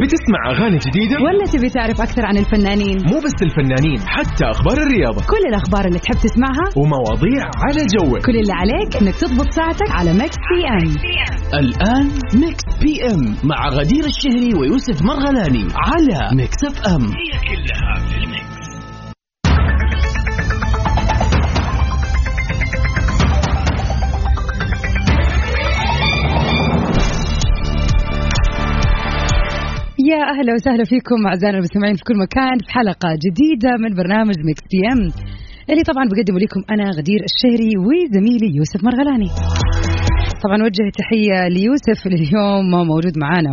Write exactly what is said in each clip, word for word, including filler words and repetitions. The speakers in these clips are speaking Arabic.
تبي تسمع أغاني جديدة ولا تبي تعرف أكثر عن الفنانين؟ مو بس الفنانين، حتى أخبار الرياضة، كل الأخبار اللي تحب تسمعها ومواضيع على جوك. كل اللي عليك إنك تضبط ساعتك على ميكس بي ام. الآن ميكس بي ام مع غدير الشهري ويوسف مرغلاني على ميكس اف ام. هي كلها في الميكس. يا أهلا وسهلا فيكم أعزائنا المستمعين في كل مكان في حلقة جديدة من برنامج ميكس بي ام اللي طبعا بقدم لكم أنا غدير الشهري وزميلي يوسف مرغلاني. طبعا وجه تحية ليوسف اللي اليوم ما موجود معانا.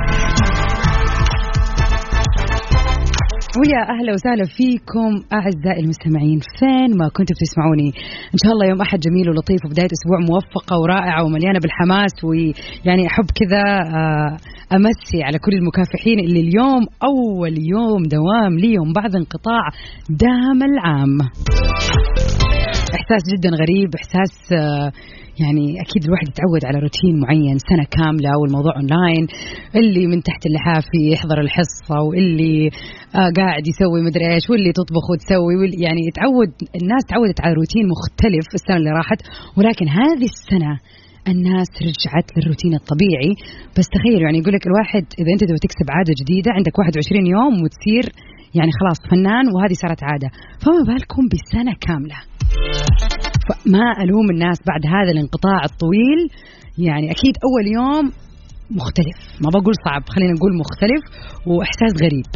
ويا أهلا وسهلا فيكم أعزائي المستمعين فين ما كنتوا بتسمعوني. إن شاء الله يوم أحد جميل ولطيف وبداية أسبوع موفقة ورائعة ومليانة بالحماس، ويعني أحب كذا أمسي على كل المكافحين اللي اليوم أول يوم دوام ليهم بعد انقطاع دام العام. إحساس جدا غريب، إحساس يعني أكيد الواحد يتعود على روتين معين سنة كاملة، والموضوع أونلاين، اللي من تحت اللحاف يحضر الحصة، واللي آه قاعد يسوي مدري إيش، واللي تطبخ وتسوي، يعني يتعود الناس تعودت على روتين مختلف السنة اللي راحت. ولكن هذه السنة الناس رجعت للروتين الطبيعي. بس تخيل يعني يقولك الواحد إذا أنت تبغى تكسب عادة جديدة عندك واحد وعشرين يوم وتصير يعني خلاص فنان، وهذه صارت عادة، فما بالكم بسنة كاملة. فما ألوم الناس بعد هذا الانقطاع الطويل، يعني أكيد أول يوم مختلف، ما بقول صعب، خلينا نقول مختلف وإحساس غريب.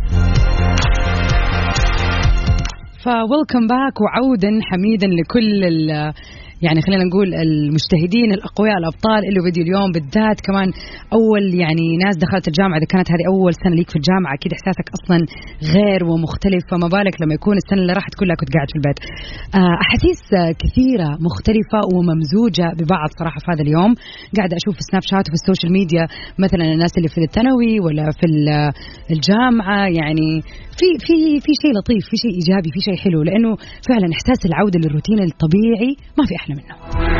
فويلكم باك وعودا حميدا لكل يعني خلينا نقول المجتهدين الأقوياء الأبطال اللي بدوا اليوم، بالذات كمان أول يعني ناس دخلت الجامعة. إذا كانت هذه أول سنة ليك في الجامعة أكيد إحساسك أصلا غير ومختلف، فما بالك لما يكون السنة اللي راحت كلها كنت قاعد في البيت. أحاسيس كثيرة مختلفة وممزوجة ببعض صراحة في هذا اليوم. قاعدة أشوف في سناب شات وفي السوشيال ميديا مثلا الناس اللي في الثانوي ولا في الجامعة، يعني في في في شيء لطيف، في شيء إيجابي، في شيء حلو، لأنه فعلا إحساس العودة للروتين الطبيعي ما في أحلى منه.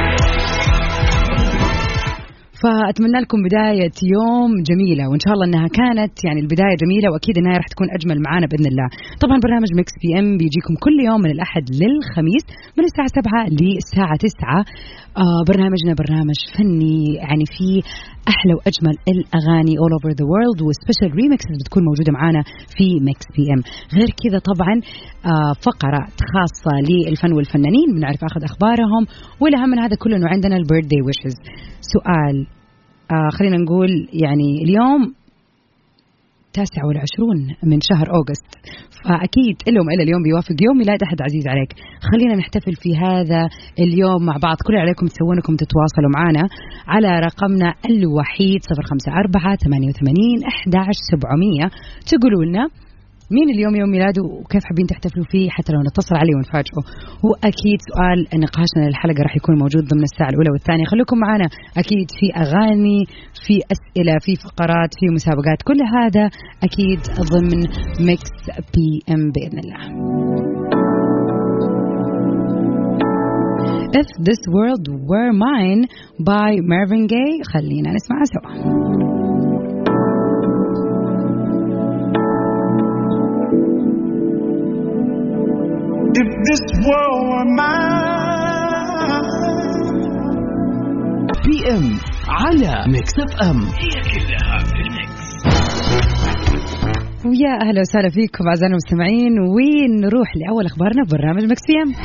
فأتمنى لكم بداية يوم جميلة، وإن شاء الله أنها كانت يعني البداية جميلة، وأكيد أنها راح تكون أجمل معانا بإذن الله. طبعا برنامج ميكس بي ام بيجيكم كل يوم من الأحد للخميس من الساعة سبعة للساعة تسعة. آه برنامجنا برنامج فني يعني فيه أحلى وأجمل الأغاني all over the world، وسبيشال ريمكسز بتكون موجودة معانا في ميكس بي ام. غير كذا طبعا آه فقرة خاصة للفن والفنانين بنعرف أخذ أخبارهم، والأهم من هذا كله إنه عندنا البيرثدي ويشز. سؤال آه خلينا نقول يعني اليوم تاسع والعشرون من شهر أغسطس، فأكيد إلهم إلا اليوم بيوافق يوم ميلاد أحد عزيز عليك. خلينا نحتفل في هذا اليوم مع بعض. كل اللي عليكم تسوونكم تتواصلوا معنا على رقمنا الوحيد صفر خمسة أربعة ثمانية وثمانين أحد عشر سبعمية، تقولوا لنا مين اليوم يوم ميلاده وكيف حابين تحتفلوا فيه حتى لو نتصل عليه ونفاجئه. وأكيد سؤال نقاشنا للحلقة راح يكون موجود ضمن الساعة الأولى والثانية. خليكم معنا، أكيد في أغاني، في أسئلة، في فقرات، في مسابقات، كل هذا أكيد ضمن ميكس بي ام بإذن الله. If This World Were Mine by Marvin Gaye، خلينا نسمعها سوا. If this world were mine. بي ام على ميكس اف ام، هي كلها في الميكس. ويا أهلا وسهلا فيكم أعزائنا المستمعين، ونروح لأول أخبارنا في برنامج ميكس بي ام.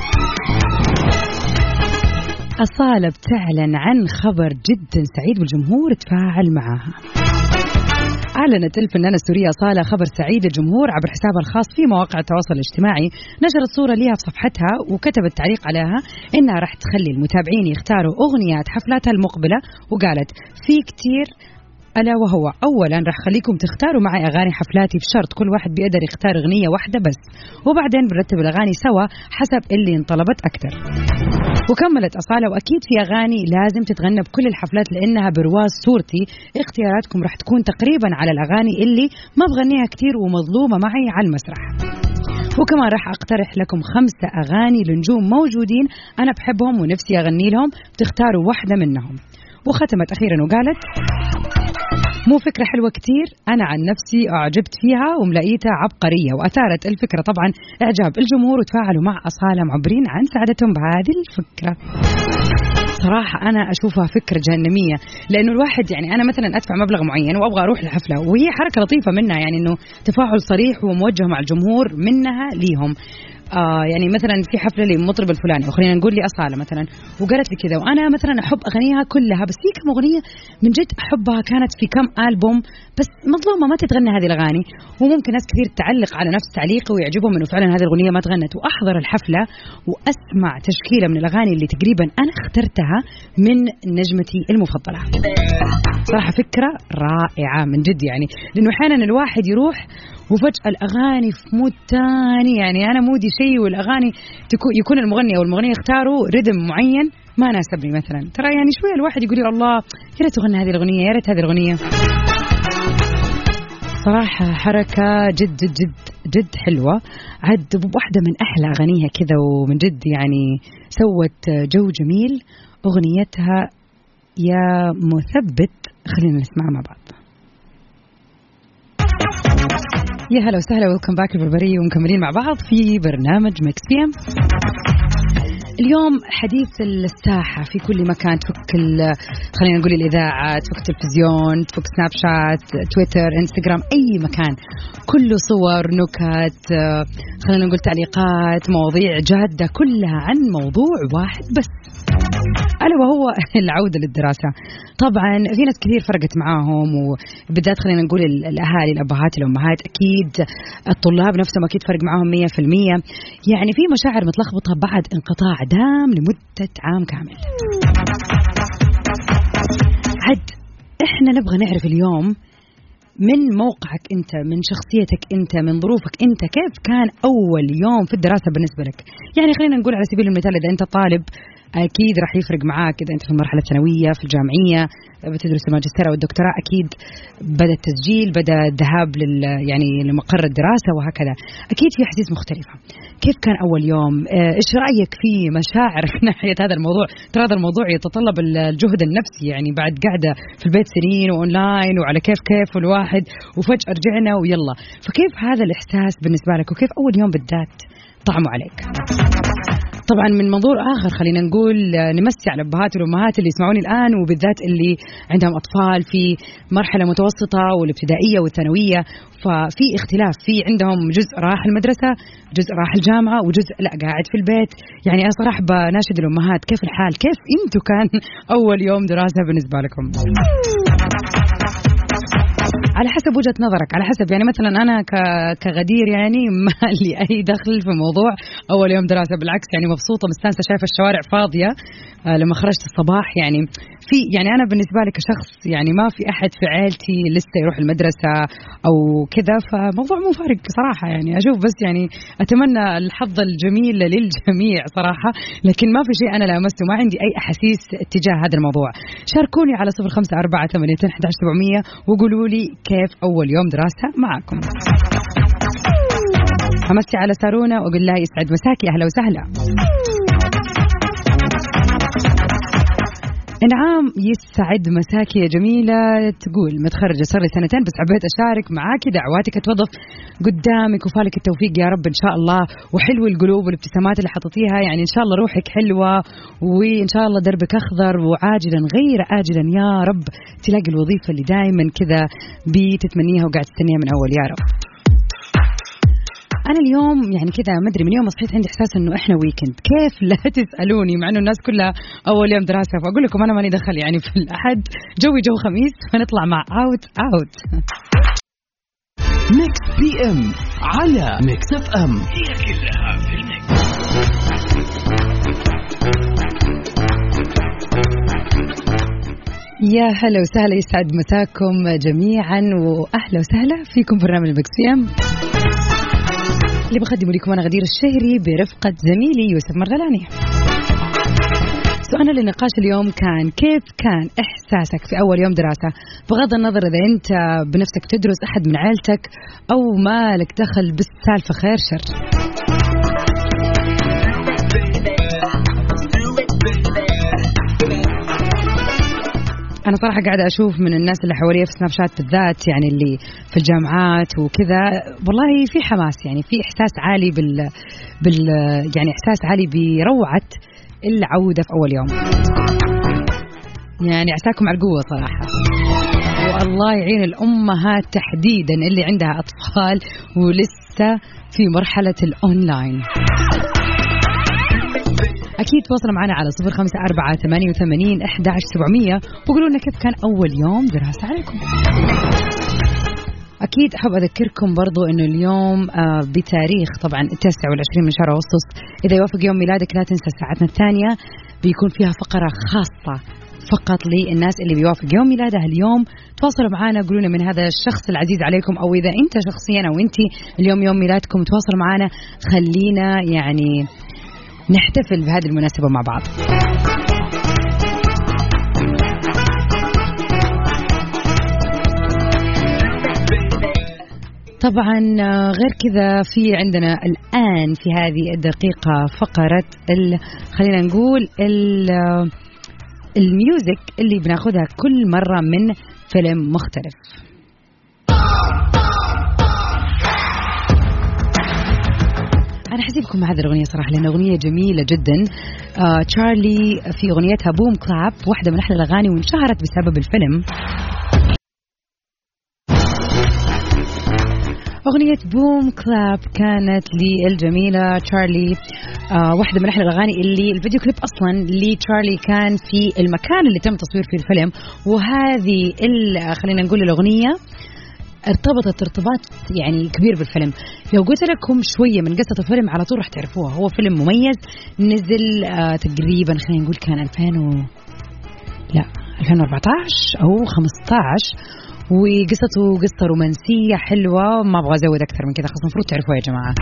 أصالة بتعلن عن خبر جدا سعيد والجمهور تفاعل معها. أعلنت الفنانة السورية أصالة خبر سعيد للجمهور عبر حسابها الخاص في مواقع التواصل الاجتماعي. نشرت صورة لها في صفحتها وكتبت تعليق عليها إنها راح تخلي المتابعين يختاروا أغنيات حفلاتها المقبلة، وقالت في كتير ألا وهو أولا راح خليكم تختاروا معي أغاني حفلاتي بشرط كل واحد بيقدر يختار أغنية واحدة بس، وبعدين بنرتب الأغاني سوا حسب اللي انطلبت أكتر. وكملت أصالة وأكيد في أغاني لازم تتغنى بكل الحفلات لأنها برواز صورتي، اختياراتكم راح تكون تقريبا على الأغاني اللي ما بغنيها كتير ومظلومة معي على المسرح. وكمان راح أقترح لكم خمسة أغاني لنجوم موجودين أنا بحبهم ونفسي أغني لهم، تختاروا واحدة منهم. وختمت أخيرا وقالت مو فكرة حلوة كتير؟ أنا عن نفسي أعجبت فيها وملاقيتها عبقرية، وأثارت الفكرة طبعا إعجاب الجمهور وتفاعلوا مع أصالة معبرين عن سعادتهم بهذه الفكرة. صراحة أنا أشوفها فكرة جهنمية، لأنه الواحد يعني أنا مثلا أدفع مبلغ معين وأبغى أروح الحفلة، وهي حركة لطيفة منها يعني إنه تفاعل صريح وموجه مع الجمهور منها ليهم. آه يعني مثلا في حفلة للمطرب الفلاني وخلينا نقول لي أصالة مثلا وقالت لي كذا، وأنا مثلا أحب أغنيها كلها، بس في كم أغنية من جد أحبها كانت في كم ألبوم، بس مظلومة ما تتغنى هذه الأغاني، وممكن ناس كثير تعلق على نفس تعليقي ويعجبهم إنه فعلا هذه الأغنية ما تغنت، وأحضر الحفلة وأسمع تشكيلة من الأغاني اللي تقريبا أنا اخترتها من نجمتي المفضلة. صراحة فكرة رائعة من جد يعني، لأنه أحيانا الواحد يروح وفجأة الأغاني في مود تاني، يعني أنا مودي شيء والأغاني يكون المغني أو المغنية يختاروا ريتم معين ما ناسبني مثلا، ترى يعني شوية الواحد يقول يا الله يا ريت تغني هذه الأغنية، يا ريت هذه الأغنية. صراحة حركة جد جد جد جد حلوة، عد واحدة من أحلى أغانيها كذا، ومن جد يعني سوت جو جميل أغنيتها يا مثبت. خلينا نسمع مع بعض. يا هلا وسهلا، ويلكم باك البربرية، ومكملين مع بعض في برنامج ميكس بي ام. اليوم حديث الساحة في كل مكان، تفك خلينا نقول الإذاعة، تفك التلفزيون، تفك سناب شات، تويتر، انستغرام، أي مكان كله صور، نكت، خلينا نقول تعليقات، مواضيع جادة كلها عن موضوع واحد بس، ألا وهو العودة للدراسة. طبعا في ناس كثير فرقت معاهم، وبالذات خلينا نقول الأهالي، الأبهات، الأمهات، أكيد الطلاب نفسهم أكيد فرق معاهم مية في المية، يعني في مشاعر متلخبطة بعد انقطاع دام لمدة عام كامل. عد إحنا نبغى نعرف اليوم من موقعك أنت، من شخصيتك أنت، من ظروفك أنت، كيف كان أول يوم في الدراسة بالنسبة لك؟ يعني خلينا نقول على سبيل المثال إذا أنت طالب أكيد راح يفرق معاك، إذا أنت في المرحلة الثانوية، في الجامعية، بتدرس الماجستير أو الدكتوراه، أكيد بدأ التسجيل، بدأ الذهاب لل يعني لمقر الدراسة وهكذا، أكيد في أحاسيس مختلفة. كيف كان أول يوم؟ إيش رأيك في مشاعرك ناحية هذا الموضوع؟ ترى هذا الموضوع يتطلب الجهد النفسي، يعني بعد قاعدة في البيت سنين وأونلاين وعلى كيف كيف الواحد، وفجأة رجعنا ويلا، فكيف هذا الإحساس بالنسبة لك؟ وكيف أول يوم بالذات طعمه عليك؟ طبعا من منظور آخر خلينا نقول نمسي على الأبهات والأمهات اللي يسمعوني الآن، وبالذات اللي عندهم أطفال في مرحلة متوسطة والابتدائية والثانوية، ففي اختلاف، في عندهم جزء راح المدرسة، جزء راح الجامعة، وجزء لا قاعد في البيت. يعني أنا صراحة بناشد الأمهات، كيف الحال؟ كيف أنتوا كان أول يوم دراسة بالنسبة لكم؟ على حسب وجهة نظرك، على حسب يعني مثلا أنا كغدير يعني ما لي أي دخل في موضوع أول يوم دراسة، بالعكس يعني مبسوطة مستانسة، شايفة الشوارع فاضية لما خرجت الصباح. يعني في يعني أنا بالنسبة لي كشخص يعني ما في أحد في عائلتي لسه يروح المدرسة أو كذا، فموضوع مو فارق صراحة. يعني أشوف بس يعني أتمنى الحظ الجميل للجميع صراحة، لكن ما في شيء أنا لامسته، ما عندي أي أحاسيس تجاه هذا الموضوع. شاركوني على صفر خمسة أربعة ثمانية أحد عشر سبعمية وقولوا لي كيف أول يوم دراسة معكم. همسي على سارونا وأقول لها يسعد مساكي، أهلا وسهلا. إنعام يسعد مساكي يا جميلة، تقول متخرجة صار لي سنتين بس حبيت أشارك معاكي، دعواتك توظف قدامك وفالك التوفيق يا رب إن شاء الله، وحلو القلوب والابتسامات اللي حطيتيها، يعني إن شاء الله روحك حلوة، وإن شاء الله دربك أخضر، وعاجلا غير آجلا يا رب تلاقي الوظيفة اللي دائما كذا بتتمنيها وقاعد تستنيها من أول يا رب. أنا اليوم يعني كذا ما أدري، من يوم صحيت عندي إحساس إنه إحنا ويكند، كيف لا تسألوني، مع إنه الناس كلها أول يوم دراسة، فأقول لكم أنا ماني دخل، يعني في الأحد جوي جو خميس، فنطلع مع أوت أوت. ميكس بي إم على ميكس إف إم، هي كلها في الميكس. يا هلا وسهلا، يسعد مساكم جميعا وأهلا وسهلا فيكم برنامج ميكس بي إم اللي بقدمه لكم أنا غدير الشهري برفقة زميلي يوسف مرغلاني. سؤالنا للنقاش اليوم كان كيف كان إحساسك في أول يوم دراسة، بغض النظر إذا أنت بنفسك تدرس، أحد من عائلتك، أو ما لك دخل بالسالفة، خير شر. أنا صراحة قاعدة أشوف من الناس اللي حواليا في سناب شات بالذات يعني اللي في الجامعات وكذا والله في حماس يعني في إحساس عالي بال, بال يعني إحساس عالي بروعة العودة في أول يوم. يعني عساكم على القوة صراحة. والله يعين الأمهات تحديدا اللي عندها أطفال ولسه في مرحلة الأونلاين. أكيد تواصلوا معنا على صفر خمسة أربعة ثمانية وثمانين أحد عشر سبعمية وقولوا لنا كيف كان أول يوم دراسة عليكم. أكيد أحب أذكركم برضو إنه اليوم آه بتاريخ طبعا التاسع والعشرين من شهر أغسطس. إذا يوافق يوم ميلادك لا تنسى ساعتنا الثانية بيكون فيها فقرة خاصة فقط للناس اللي بيوافق يوم ميلادها اليوم. تواصلوا معنا قولوا لنا من هذا الشخص العزيز عليكم أو إذا أنت شخصيا أو أنت اليوم يوم ميلادكم تواصلوا معنا خلينا يعني نحتفل بهذه المناسبة مع بعض. طبعا غير كذا في عندنا الآن في هذه الدقيقة فقرة خلينا نقول الميوزك اللي بناخدها كل مرة من فيلم مختلف. أنا حسيبكم مع هذه الأغنية صراحة لأنها أغنية جميلة جدا. آه، تشارلي في أغنيتها بوم كلاب واحدة من أحلى الأغاني وانشهرت بسبب الفيلم. أغنية بوم كلاب كانت للجميلة تشارلي آه، واحدة من أحلى الأغاني اللي الفيديو كليب أصلا لتشارلي كان في المكان اللي تم تصوير فيه الفيلم. وهذه خلينا نقول الأغنية ارتبطت ارتباط يعني كبير بالفيلم. لو قلت لكم شوية من قصة الفيلم على طول رح تعرفوها. هو فيلم مميز نزل آه تقريبا خلينا نقول كان ألفين و... لا ألفين وأربعة عشر أو خمسة عشر وقصته قصة رومانسية حلوة. ما أبغى أزود أكثر من كذا خلاص المفروض تعرفوها يا جماعة.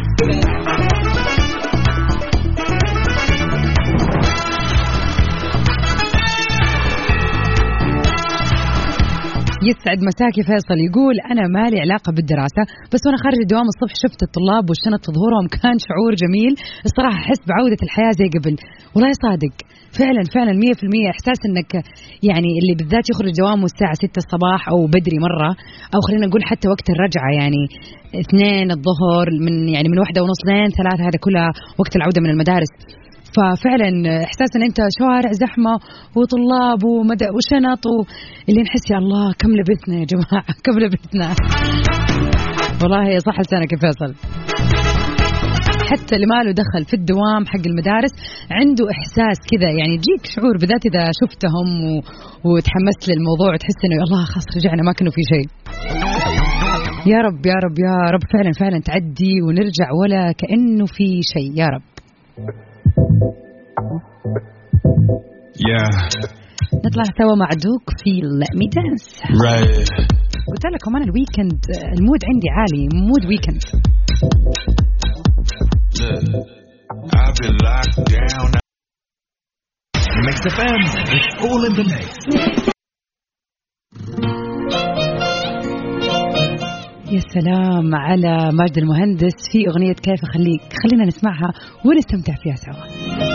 يسعد مساكي فيصل يقول أنا مالي علاقة بالدراسة بس وأنا خارج الدوام الصبح شفت الطلاب والشنط في ظهورهم كان شعور جميل الصراحة. أحس بعودة الحياة زي قبل. والله صادق فعلا فعلا مية في المية إحساس أنك يعني اللي بالذات يخرج دوامه الساعة ستة الصباح أو بدري مرة أو خلينا نقول حتى وقت الرجعة يعني اثنين الظهر من يعني من واحدة ونص لين ثلاثة هذا كلها وقت العودة من المدارس. ففعلا إحساس أن أنت شوارع زحمة وطلاب ومدى وشنط اللي نحس يا الله كم لبثنا يا جماعة كم لبثنا. والله صح لسانك يا فيصل. حتى اللي ما له دخل في الدوام حق المدارس عنده إحساس كذا يعني يجيك شعور بالذات إذا شفتهم و... وتحمست للموضوع وتحس إنه يا الله خلاص رجعنا ما كانوا في شيء. يا رب يا رب يا رب فعلا فعلا تعدي ونرجع ولا كأنه في شيء يا رب. Yeah. نطلع سوا مع دوك في Let Me Dance. Right. قلت لكم أنا الويكند المود عندي عالي مود ويكند. I've been locked down. Mix F M. It's all in the mix. يا سلام على ماجد المهندس في أغنية كيف أخليك. خلينا نسمعها ونستمتع فيها سوا.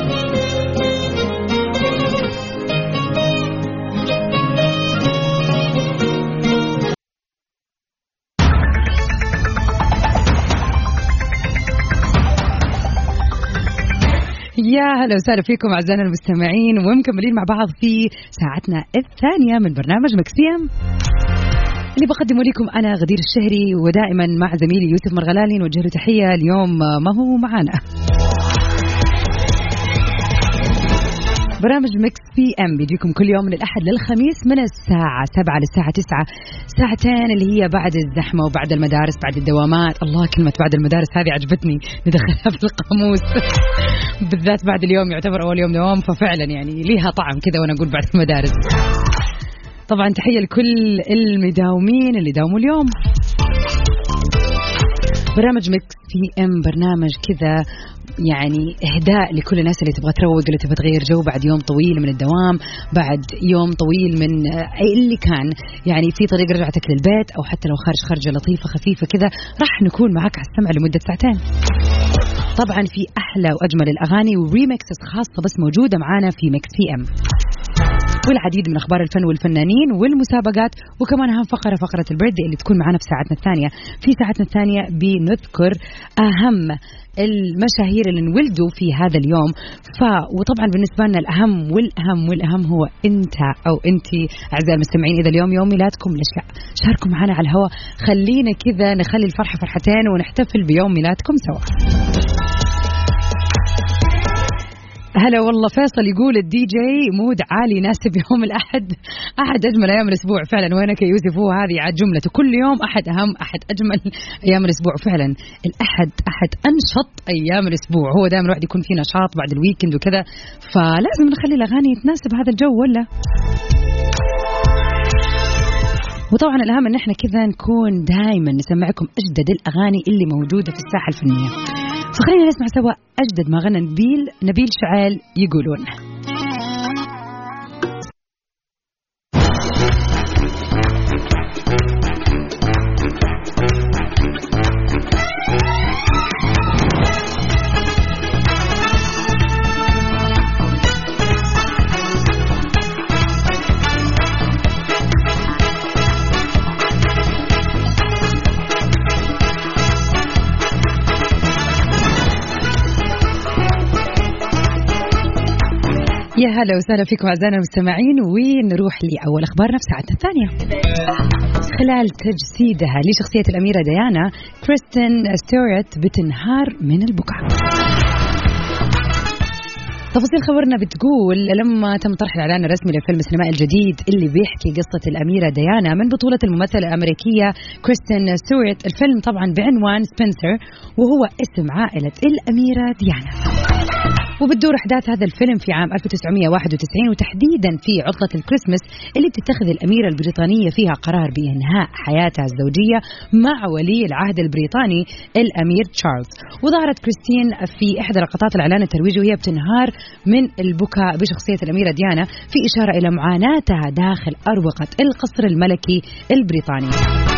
يا هلا وسهلا فيكم أعزائنا المستمعين ومكملين مع بعض في ساعتنا الثانية من برنامج مكس بي ام اللي بقدمه لكم أنا غدير الشهري ودائما مع زميلي يوسف مرغلالي. نوجه له تحية اليوم ما هو معانا. برنامج مكس بي ام بيجيكم كل يوم من الأحد للخميس من الساعة سبعة للساعة تسعة ساعتين اللي هي بعد الزحمة وبعد المدارس بعد الدوامات. الله كلمة بعد المدارس هذه عجبتني ندخلها في القاموس بالذات بعد اليوم يعتبر أول يوم دوام ففعلا يعني ليها طعم كذا وأنا أقول بعد المدارس. طبعا تحية لكل المداومين اللي داوموا اليوم. برنامج مكس بي ام برنامج كذا يعني إهداء لكل الناس اللي تبغى تروق اللي تبغى تغير جو بعد يوم طويل من الدوام بعد يوم طويل من أي اللي كان يعني في طريق رجعتك للبيت أو حتى لو خارج خرجة لطيفة خفيفة كذا راح نكون معك على السمع لمدة ساعتين. طبعا في أحلى وأجمل الأغاني وريمكسز خاصة بس موجودة معانا في مكس بي ام. والعديد من أخبار الفن والفنانين والمسابقات، وكمان أهم فقرة فقرة البيرثدي اللي تكون معنا في ساعتنا الثانية. في ساعتنا الثانية بنذكر أهم المشاهير اللي انولدوا في هذا اليوم. ف وطبعا بالنسبة لنا الأهم والأهم والأهم هو أنت أو أنتي أعزائي المستمعين، إذا اليوم يوم ميلادكم ليش لا شاركوا معنا على الهواء، خلينا كذا نخلي الفرحة فرحتين ونحتفل بيوم ميلادكم سوا. هلا والله فيصل يقول الدي جي مود عالي يناسب يوم الأحد، أحد أجمل أيام الأسبوع فعلا. وينك يا يوسف؟ هو هذه عاد جملته كل يوم أحد أهم، أحد أجمل أيام الأسبوع فعلا. الأحد أحد أنشط أيام الأسبوع، هو دائما الواحد يكون فيه نشاط بعد الويكند وكذا، فلازم نخلي الأغاني تناسب هذا الجو ولا. وطبعا الأهم إن إحنا كذا نكون دائما نسمعكم أجدد الأغاني اللي موجودة في الساحة الفنية. فخلينا نسمع سوا أجدد ما غنى نبيل نبيل شعيل يقولون. يا هلا وسهلا فيكم أعزائنا المستمعين، ونروح لأول أخبارنا في ساعتنا الثانية. خلال تجسيدها لشخصية الأميرة ديانا، كريستين ستيوارت بتنهار من البكاء. تفاصيل خبرنا بتقول لما تم طرح الإعلان الرسمي للفيلم السينمائي الجديد اللي بيحكي قصة الأميرة ديانا من بطولة الممثلة الأمريكية كريستين ستيوارت، الفيلم طبعا بعنوان سبنسر، وهو اسم عائلة الأميرة ديانا. وبتدور أحداث هذا الفيلم في عام ألف وتسعمائة وواحد وتسعين، وتحديدا في عطلة الكريسماس اللي بتتخذ الأميرة البريطانية فيها قرار بإنهاء حياتها الزوجية مع ولي العهد البريطاني الأمير تشارلز. وظهرت كريستين في إحدى لقطات الإعلان الترويجي وهي بتنهار من البكاء بشخصية الأميرة ديانا، في إشارة إلى معاناتها داخل أروقة القصر الملكي البريطاني.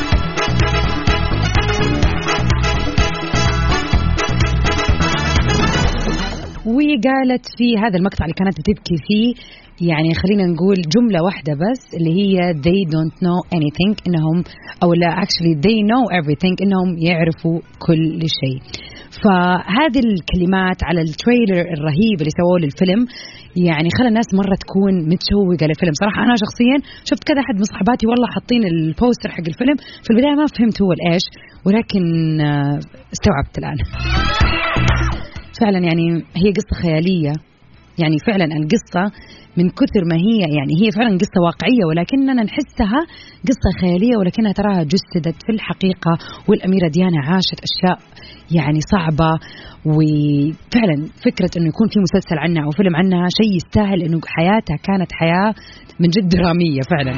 وقالت في هذا المقطع اللي كانت بتبكي فيه، يعني خلينا نقول جملة واحدة بس اللي هي they don't know anything، إنهم أو لا actually they know everything، إنهم يعرفوا كل شيء. فهذه الكلمات على التريلر الرهيب اللي سووه للفيلم يعني خلى الناس مرة تكون متشوقة للفيلم. صراحة أنا شخصيا شفت كذا أحد من صحباتي والله حاطين البوستر حق الفيلم، في البداية ما فهمت هو الإيش، ولكن استوعبت الآن. فعلا يعني هي قصة خيالية، يعني فعلا القصة من كثر ما هي يعني هي فعلا قصة واقعية، ولكننا نحسها قصة خيالية ولكنها تراها جسدت في الحقيقة. والأميرة ديانا عاشت أشياء يعني صعبة، وفعلا فكرة أنه يكون في مسلسل عنها أو فيلم عنها شيء يستاهل، أنه حياتها كانت حياة من جد درامية فعلا.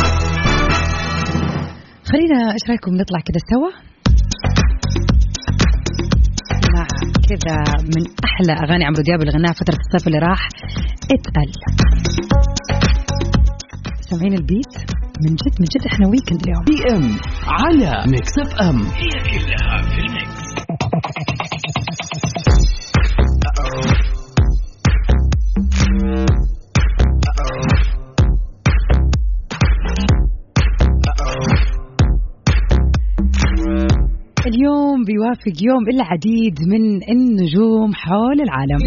خلينا إيش رأيكم نطلع كده سوا مع كذا من أحلى أغاني عمرو دياب اللي غناها فترة الصيف اللي راح، اتقل. سامعين البيت؟ من جد من جد احنا ويكند اليوم. بي ام على ميكس اف ام، هي كلها في الميكس. اليوم بيوافق يوم العديد من النجوم حول العالم.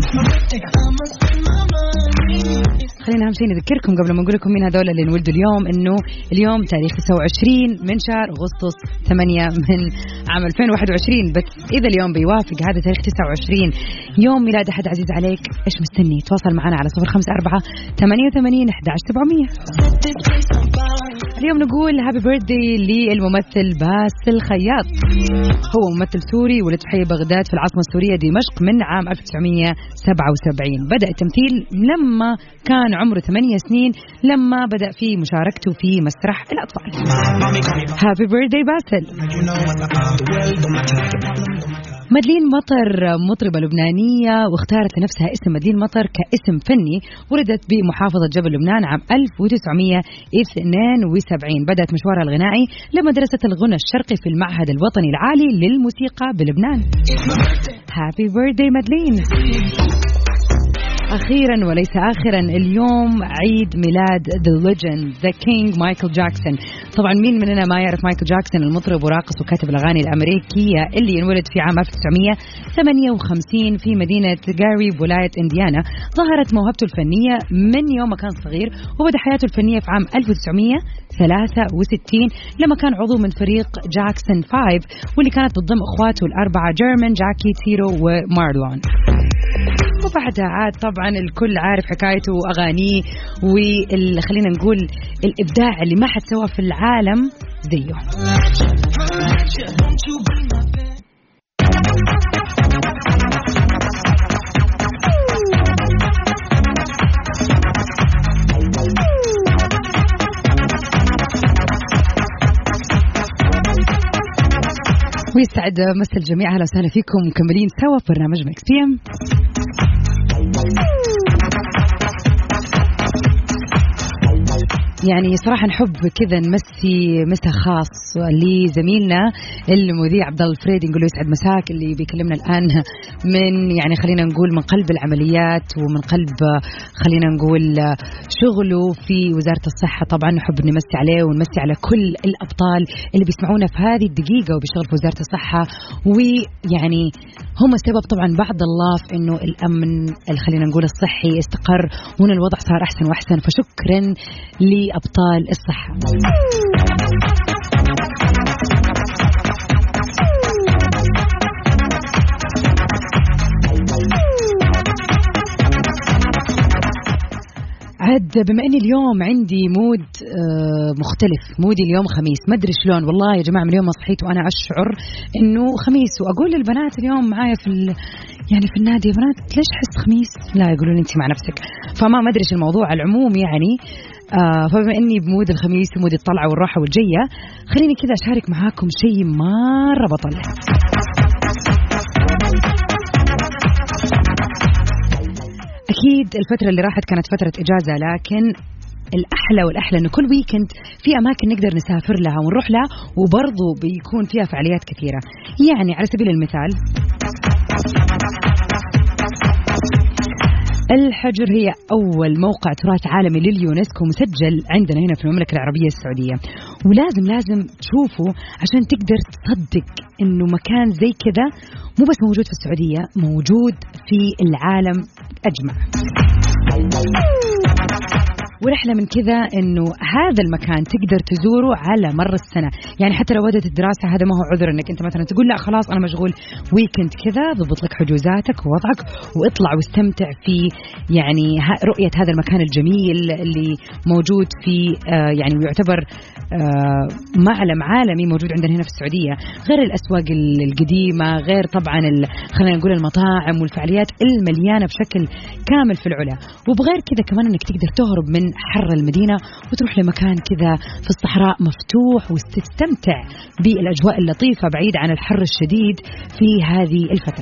خلينا أهم شيء نذكركم قبل ما نقول لكم مين هذول اللي انولدوا اليوم، إنه اليوم تاريخ تسعة وعشرين من شهر أغسطس ثمانية من عام ألفين وواحد وعشرين. بس إذا اليوم بيوافق هذا تاريخ تسعة وعشرين يوم ميلاد أحد عزيز عليك، إيش مستني؟ تواصل معنا على صفر خمسة أربعة ثمانية وثمانين أحد عشر سبعمية. اليوم نقول هابي بيرثدي للممثل باسل الخياط، هو ممثل سوري ولد في حي بغداد في العاصمة السورية دمشق من عام ألف وتسعمية وسبعة وسبعين. بدأ التمثيل لما كان عمره ثمانية سنين، لما بدأ في مشاركته في مسرح الأطفال. هابي بيرثدي باسل. مدلين مطر مطربة لبنانية واختارت لنفسها اسم مدلين مطر كاسم فني. ولدت بمحافظة جبل لبنان عام ألف وتسعمية واثنين وسبعين. بدأت مشوارها الغنائي لمدرسة الغنى الشرقي في المعهد الوطني العالي للموسيقى بلبنان. هابي بيرثدي مدلين. أخيرا وليس آخرا اليوم عيد ميلاد The Legend The King مايكل جاكسون. طبعا مين مننا ما يعرف مايكل جاكسون، المطرب وراقص وكاتب الأغاني الأمريكية اللي انولد في عام ألف وتسعمية وثمانية وخمسين في مدينة جاري بولاية إنديانا. ظهرت موهبته الفنية من يوم ما كان صغير، وبدأ حياته الفنية في عام ألف وتسعمية وثلاثة وستين لما كان عضو من فريق جاكسون فايف، واللي كانت بتضم أخواته الأربعة جيرمان، جاكي، تيرو ومارلون. وبعدها عاد طبعا الكل عارف حكايته وأغانيه، واللي خلينا نقول الإبداع اللي ما حد سواه في العالم زيه. ويستعد مسا الجميع، أهلا وسهلا فيكم مكملين سوا في برنامج ميكس بي ام. يعني صراحة نحب كذا نمسي مسا خاص لزميلنا المذيع عبد الله الفريدي، نقول له يسعد مساك، اللي بيكلمنا الآن من يعني خلينا نقول من قلب العمليات ومن قلب خلينا نقول شغله في وزارة الصحة. طبعا نحب نمسي عليه ونمسي على كل الأبطال اللي بيسمعونا في هذه الدقيقة وبيشتغل في وزارة الصحة، ويعني هم السبب طبعا بعد الله في إنه الأمن خلينا نقول الصحي استقر وإن الوضع صار أحسن وأحسن، فشكرا لأبطال الصحة. عاد بما أني اليوم عندي مود مختلف، مودي اليوم خميس، ما أدري شلون والله يا جماعة، من اليوم ما صحيت وأنا أشعر إنه خميس، وأقول للبنات اليوم معايا في يعني في النادي، يا بنات ليش حس خميس؟ لا يقولون أنت مع نفسك، فما ما أدري الموضوع على العموم يعني. آه فبما أني بمود الخميس ومود الطلعة والراحة والجية، خليني كذا أشارك معاكم شيء مرة بطل. أكيد الفترة اللي راحت كانت فترة إجازة، لكن الأحلى والأحلى إنه كل ويكند في أماكن نقدر نسافر لها ونروح لها، وبرضو بيكون فيها فعاليات كثيرة. يعني على سبيل المثال الحجر هي أول موقع تراث عالمي لليونسكو مسجل عندنا هنا في المملكة العربية السعودية، ولازم لازم تشوفه عشان تقدر تصدق إنه مكان زي كذا مو بس موجود في السعودية، موجود في العالم أجمع. ورحلة من كذا إنه هذا المكان تقدر تزوره على مر السنة، يعني حتى لو بدأت الدراسة هذا ما هو عذر إنك أنت مثلا تقول لا خلاص أنا مشغول ويكند كذا، ضبط لك حجوزاتك ووضعك واطلع واستمتع في يعني رؤية هذا المكان الجميل اللي موجود في آه يعني ويعتبر آه معلم عالمي موجود عندنا هنا في السعودية، غير الأسواق القديمة، غير طبعا خلينا نقول المطاعم والفعاليات المليانة بشكل كامل في العلا. وبغير كذا كمان إنك تقدر تهرب من حر المدينة وتروح لمكان كذا في الصحراء مفتوح وتستمتع بالأجواء اللطيفة بعيد عن الحر الشديد في هذه الفترة.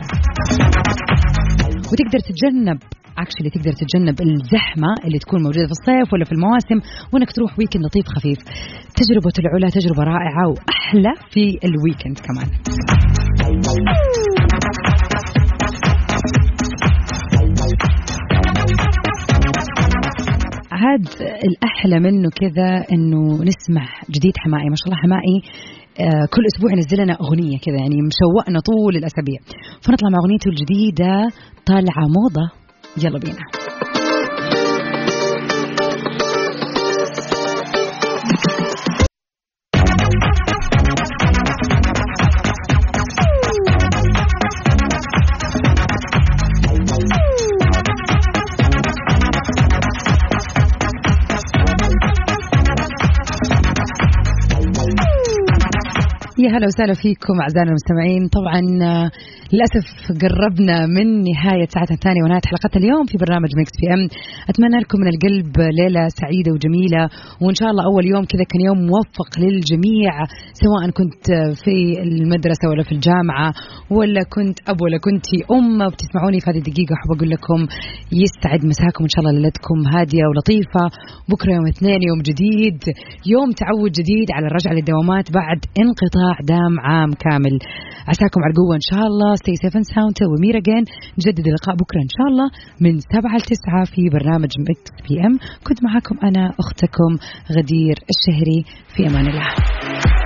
وتقدر تتجنب actually تقدر تتجنب الزحمة اللي تكون موجودة في الصيف ولا في المواسم، وانك تروح ويكند لطيف خفيف. تجربة العلا تجربة رائعة وأحلى في الويكند كمان. عاد الأحلى منه كذا إنه نسمع جديد حمائي، ما شاء الله حمائي آه كل أسبوع ينزل لنا أغنية كذا، يعني مشوقنا طول الأسابيع، فنطلع مع أغنيته الجديدة طالعة موضة. يلا بينا. يا هلا وسهلا فيكم أعزائنا المستمعين. طبعا للأسف قربنا من نهاية ساعتنا الثانية ونهاية حلقتنا اليوم في برنامج ميكس بي ام. أتمنى لكم من القلب ليلة سعيدة وجميلة، وإن شاء الله أول يوم كذا كان يوم موفق للجميع، سواء كنت في المدرسة ولا في الجامعة ولا كنت أب ولا كنت أم بتسمعوني في هذه الدقيقة. أحب أقول لكم يستعد مساكم إن شاء الله، ليلتكم هادية ولطيفة. بكرة يوم اثنين يوم جديد، يوم تعود جديد على الرجعة للدوامات بعد انقطاع الله دام عام كامل. عساكم على القوة إن شاء الله. stay safe and sound till we meet again. نجدد اللقاء بكرة إن شاء الله من سبعة لتسعة في برنامج ميكس بي ام. كنت معكم أنا أختكم غدير الشهري. في أمان الله.